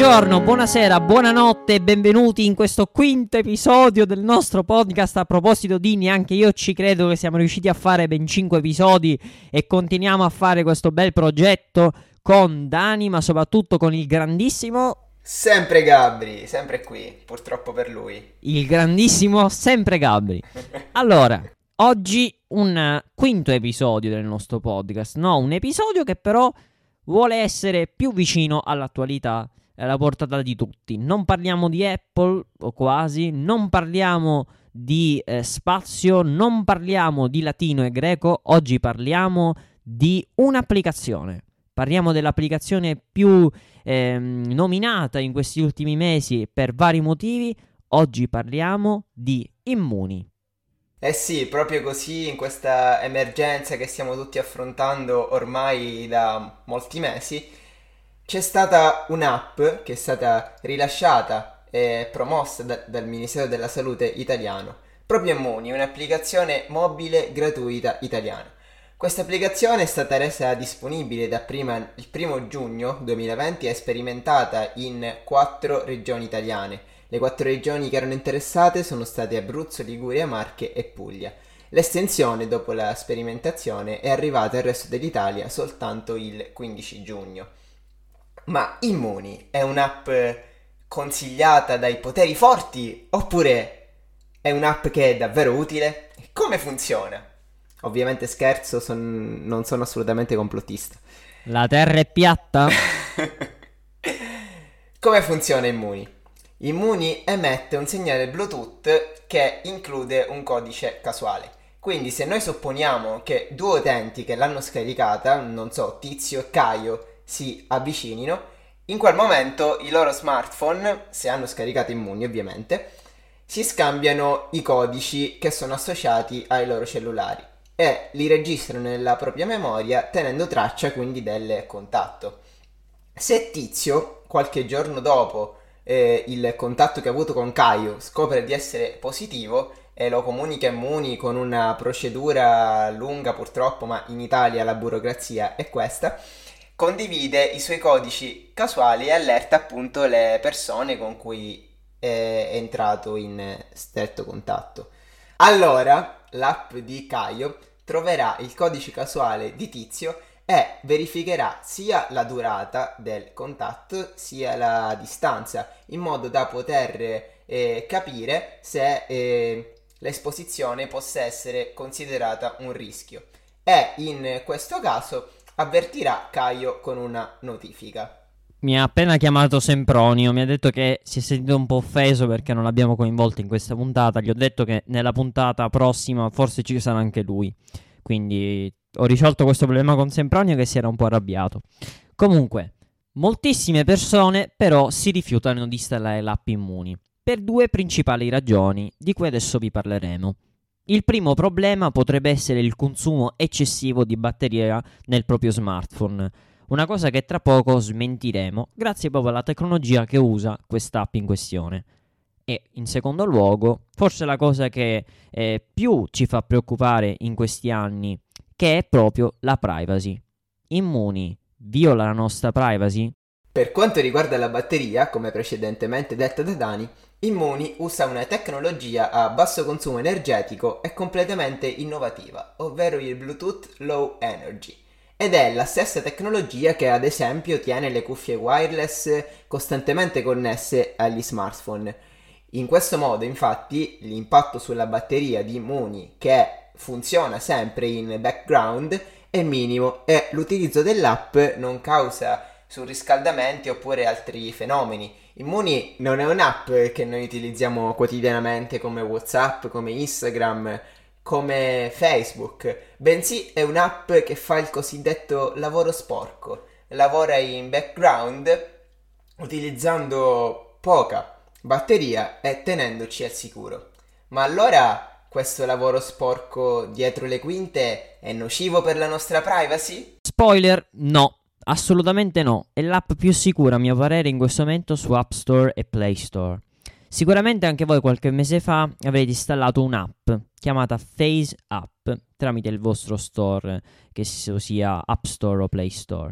Buongiorno, buonasera, buonanotte e benvenuti in questo quinto episodio del nostro podcast. A proposito di neanche io ci credo che siamo riusciti a fare ben 5 episodi e continuiamo a fare questo bel progetto con Dani, ma soprattutto con il grandissimo... Sempre Gabri, sempre qui, purtroppo per lui. Il grandissimo sempre Gabri. Allora, oggi un quinto episodio del nostro podcast. No, un episodio che però vuole essere più vicino all'attualità, alla portata di tutti. Non parliamo di Apple, o quasi, non parliamo di spazio, non parliamo di latino e greco. Oggi parliamo di un'applicazione. Parliamo dell'applicazione più nominata in questi ultimi mesi per vari motivi. Oggi parliamo di Immuni. Eh sì, proprio così in questa emergenza che stiamo tutti affrontando ormai da molti mesi, c'è stata un'app che è stata rilasciata e promossa dal Ministero della Salute italiano, proprio Immuni, un'applicazione mobile gratuita italiana. Questa applicazione è stata resa disponibile il 1 giugno 2020 e sperimentata in 4 regioni italiane. Le 4 regioni che erano interessate sono state Abruzzo, Liguria, Marche e Puglia. L'estensione dopo la sperimentazione è arrivata al resto dell'Italia soltanto il 15 giugno. Ma Immuni è un'app consigliata dai poteri forti oppure è un'app che è davvero utile? Come funziona? Ovviamente scherzo, non sono assolutamente complottista. La terra è piatta? Come funziona Immuni? Immuni emette un segnale Bluetooth che include un codice casuale. Quindi se noi supponiamo che 2 utenti che l'hanno scaricata, non so, Tizio e Caio, si avvicinino, in quel momento i loro smartphone, se hanno scaricato Immuni ovviamente, si scambiano i codici che sono associati ai loro cellulari e li registrano nella propria memoria tenendo traccia quindi del contatto. Se Tizio, qualche giorno dopo il contatto che ha avuto con Caio scopre di essere positivo e lo comunica Immuni con una procedura lunga purtroppo, ma in Italia la burocrazia è questa, condivide i suoi codici casuali e allerta appunto le persone con cui è entrato in stretto contatto. Allora l'app di Caio troverà il codice casuale di Tizio e verificherà sia la durata del contatto sia la distanza, in modo da poter capire se l'esposizione possa essere considerata un rischio e in questo caso avvertirà Caio con una notifica. Mi ha appena chiamato Sempronio, mi ha detto che si è sentito un po' offeso perché non l'abbiamo coinvolto in questa puntata. Gli ho detto che nella puntata prossima forse ci sarà anche lui. Quindi ho risolto questo problema con Sempronio che si era un po' arrabbiato. Comunque, moltissime persone però si rifiutano di installare l'app Immuni per 2 principali ragioni, di cui adesso vi parleremo. Il primo problema potrebbe essere il consumo eccessivo di batteria nel proprio smartphone. Una cosa che tra poco smentiremo grazie proprio alla tecnologia che usa quest'app in questione. E in secondo luogo, forse la cosa che più ci fa preoccupare in questi anni, che è proprio la privacy. Immuni viola la nostra privacy? Per quanto riguarda la batteria, come precedentemente detto da Dani, Immuni usa una tecnologia a basso consumo energetico e completamente innovativa, ovvero il Bluetooth Low Energy. Ed è la stessa tecnologia che ad esempio tiene le cuffie wireless costantemente connesse agli smartphone. In questo modo infatti l'impatto sulla batteria di Immuni, che funziona sempre in background, è minimo e l'utilizzo dell'app non causa surriscaldamenti oppure altri fenomeni. Immuni non è un'app che noi utilizziamo quotidianamente come WhatsApp, come Instagram, come Facebook, bensì è un'app che fa il cosiddetto lavoro sporco, lavora in background utilizzando poca batteria e tenendoci al sicuro. Ma allora questo lavoro sporco dietro le quinte è nocivo per la nostra privacy? Spoiler, no. Assolutamente no. È l'app più sicura a mio parere in questo momento su App Store e Play Store. Sicuramente anche voi qualche mese fa avrete installato un'app chiamata Phase App tramite il vostro store, che sia App Store o Play Store.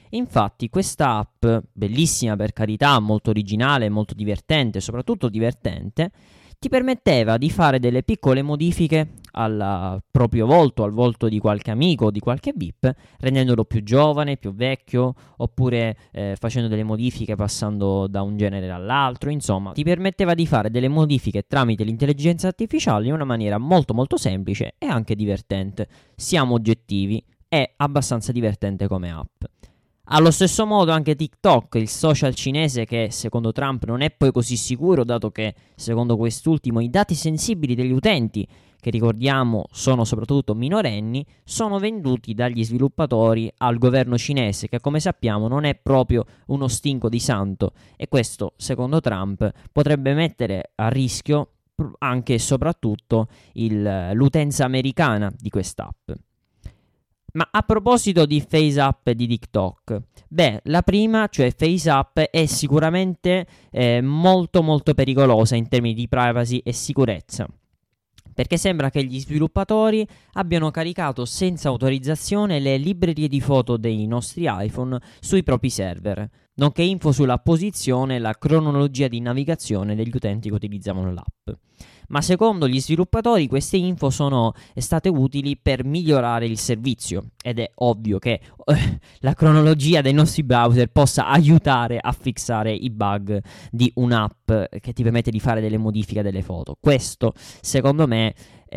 Infatti questa app, bellissima per carità, molto originale, molto divertente, soprattutto divertente, ti permetteva di fare delle piccole modifiche al proprio volto, al volto di qualche amico o di qualche VIP, rendendolo più giovane, più vecchio, oppure facendo delle modifiche passando da un genere all'altro. Insomma, ti permetteva di fare delle modifiche tramite l'intelligenza artificiale in una maniera molto molto semplice e anche divertente. Siamo oggettivi, è abbastanza divertente come app. Allo stesso modo anche TikTok, il social cinese che secondo Trump non è poi così sicuro, dato che secondo quest'ultimo i dati sensibili degli utenti, che ricordiamo sono soprattutto minorenni, sono venduti dagli sviluppatori al governo cinese, che come sappiamo non è proprio uno stinco di santo, e questo secondo Trump potrebbe mettere a rischio anche e soprattutto l'utenza americana di quest'app. Ma a proposito di FaceApp e di TikTok, la prima, cioè FaceApp, è sicuramente molto molto pericolosa in termini di privacy e sicurezza, perché sembra che gli sviluppatori abbiano caricato senza autorizzazione le librerie di foto dei nostri iPhone sui propri server, nonché info sulla posizione e la cronologia di navigazione degli utenti che utilizzavano l'app. Ma secondo gli sviluppatori queste info sono state utili per migliorare il servizio, ed è ovvio che la cronologia dei nostri browser possa aiutare a fissare i bug di un'app che ti permette di fare delle modifiche delle foto. Questo secondo me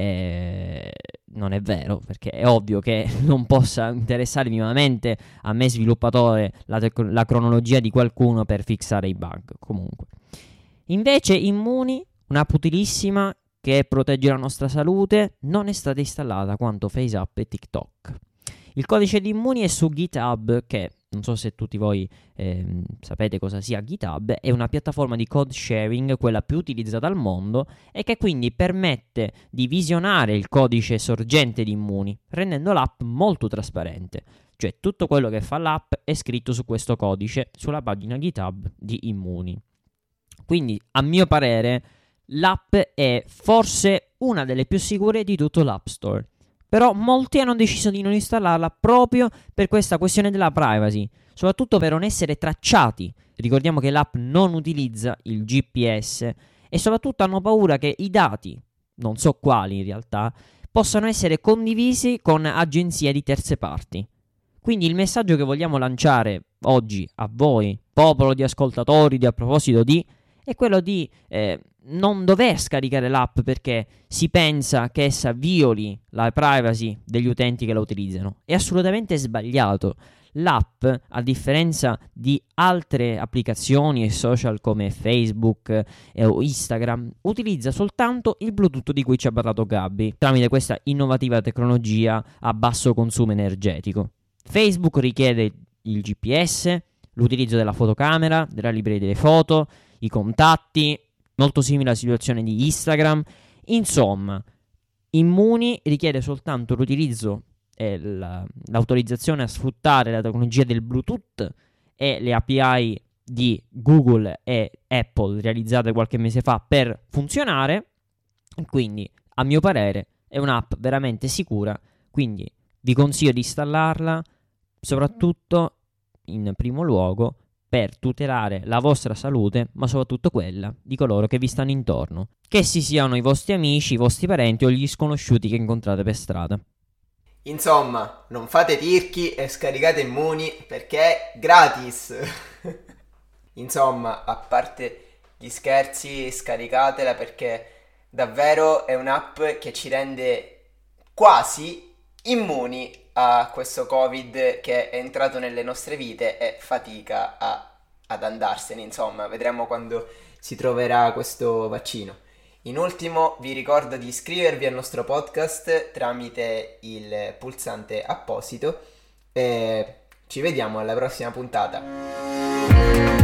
non è vero, perché è ovvio che non possa interessare minimamente a me sviluppatore la cronologia di qualcuno per fissare i bug. Comunque, invece Immuni, un'app utilissima che protegge la nostra salute, non è stata installata quanto FaceApp e TikTok. Il codice di Immuni è su GitHub, che non so se tutti voi sapete cosa sia GitHub, è una piattaforma di code sharing, quella più utilizzata al mondo, e che quindi permette di visionare il codice sorgente di Immuni, rendendo l'app molto trasparente. Cioè tutto quello che fa l'app è scritto su questo codice, sulla pagina GitHub di Immuni. Quindi, a mio parere, l'app è forse una delle più sicure di tutto l'App Store. Però molti hanno deciso di non installarla proprio per questa questione della privacy, soprattutto per non essere tracciati. Ricordiamo che l'app non utilizza il GPS e soprattutto hanno paura che i dati, non so quali in realtà, possano essere condivisi con agenzie di terze parti. Quindi il messaggio che vogliamo lanciare oggi a voi, popolo di ascoltatori, a proposito di, è quello di non dover scaricare l'app perché si pensa che essa violi la privacy degli utenti che la utilizzano. È assolutamente sbagliato. L'app, a differenza di altre applicazioni e social come Facebook o Instagram, utilizza soltanto il Bluetooth di cui ci ha parlato Gabby, tramite questa innovativa tecnologia a basso consumo energetico. Facebook richiede il GPS, l'utilizzo della fotocamera, della libreria delle foto, i contatti, molto simile alla situazione di Instagram. Insomma, Immuni richiede soltanto l'utilizzo e l'autorizzazione a sfruttare la tecnologia del Bluetooth e le API di Google e Apple realizzate qualche mese fa per funzionare. Quindi, a mio parere, è un'app veramente sicura, quindi vi consiglio di installarla, soprattutto in primo luogo per tutelare la vostra salute, ma soprattutto quella di coloro che vi stanno intorno, che si siano i vostri amici, i vostri parenti o gli sconosciuti che incontrate per strada. Insomma, non fate tirchi e scaricate Immuni perché è gratis. Insomma, a parte gli scherzi, scaricatela perché davvero è un'app che ci rende quasi immuni a questo Covid che è entrato nelle nostre vite e fatica ad andarsene. Insomma, vedremo quando si troverà questo vaccino. In ultimo vi ricordo di iscrivervi al nostro podcast tramite il pulsante apposito e ci vediamo alla prossima puntata.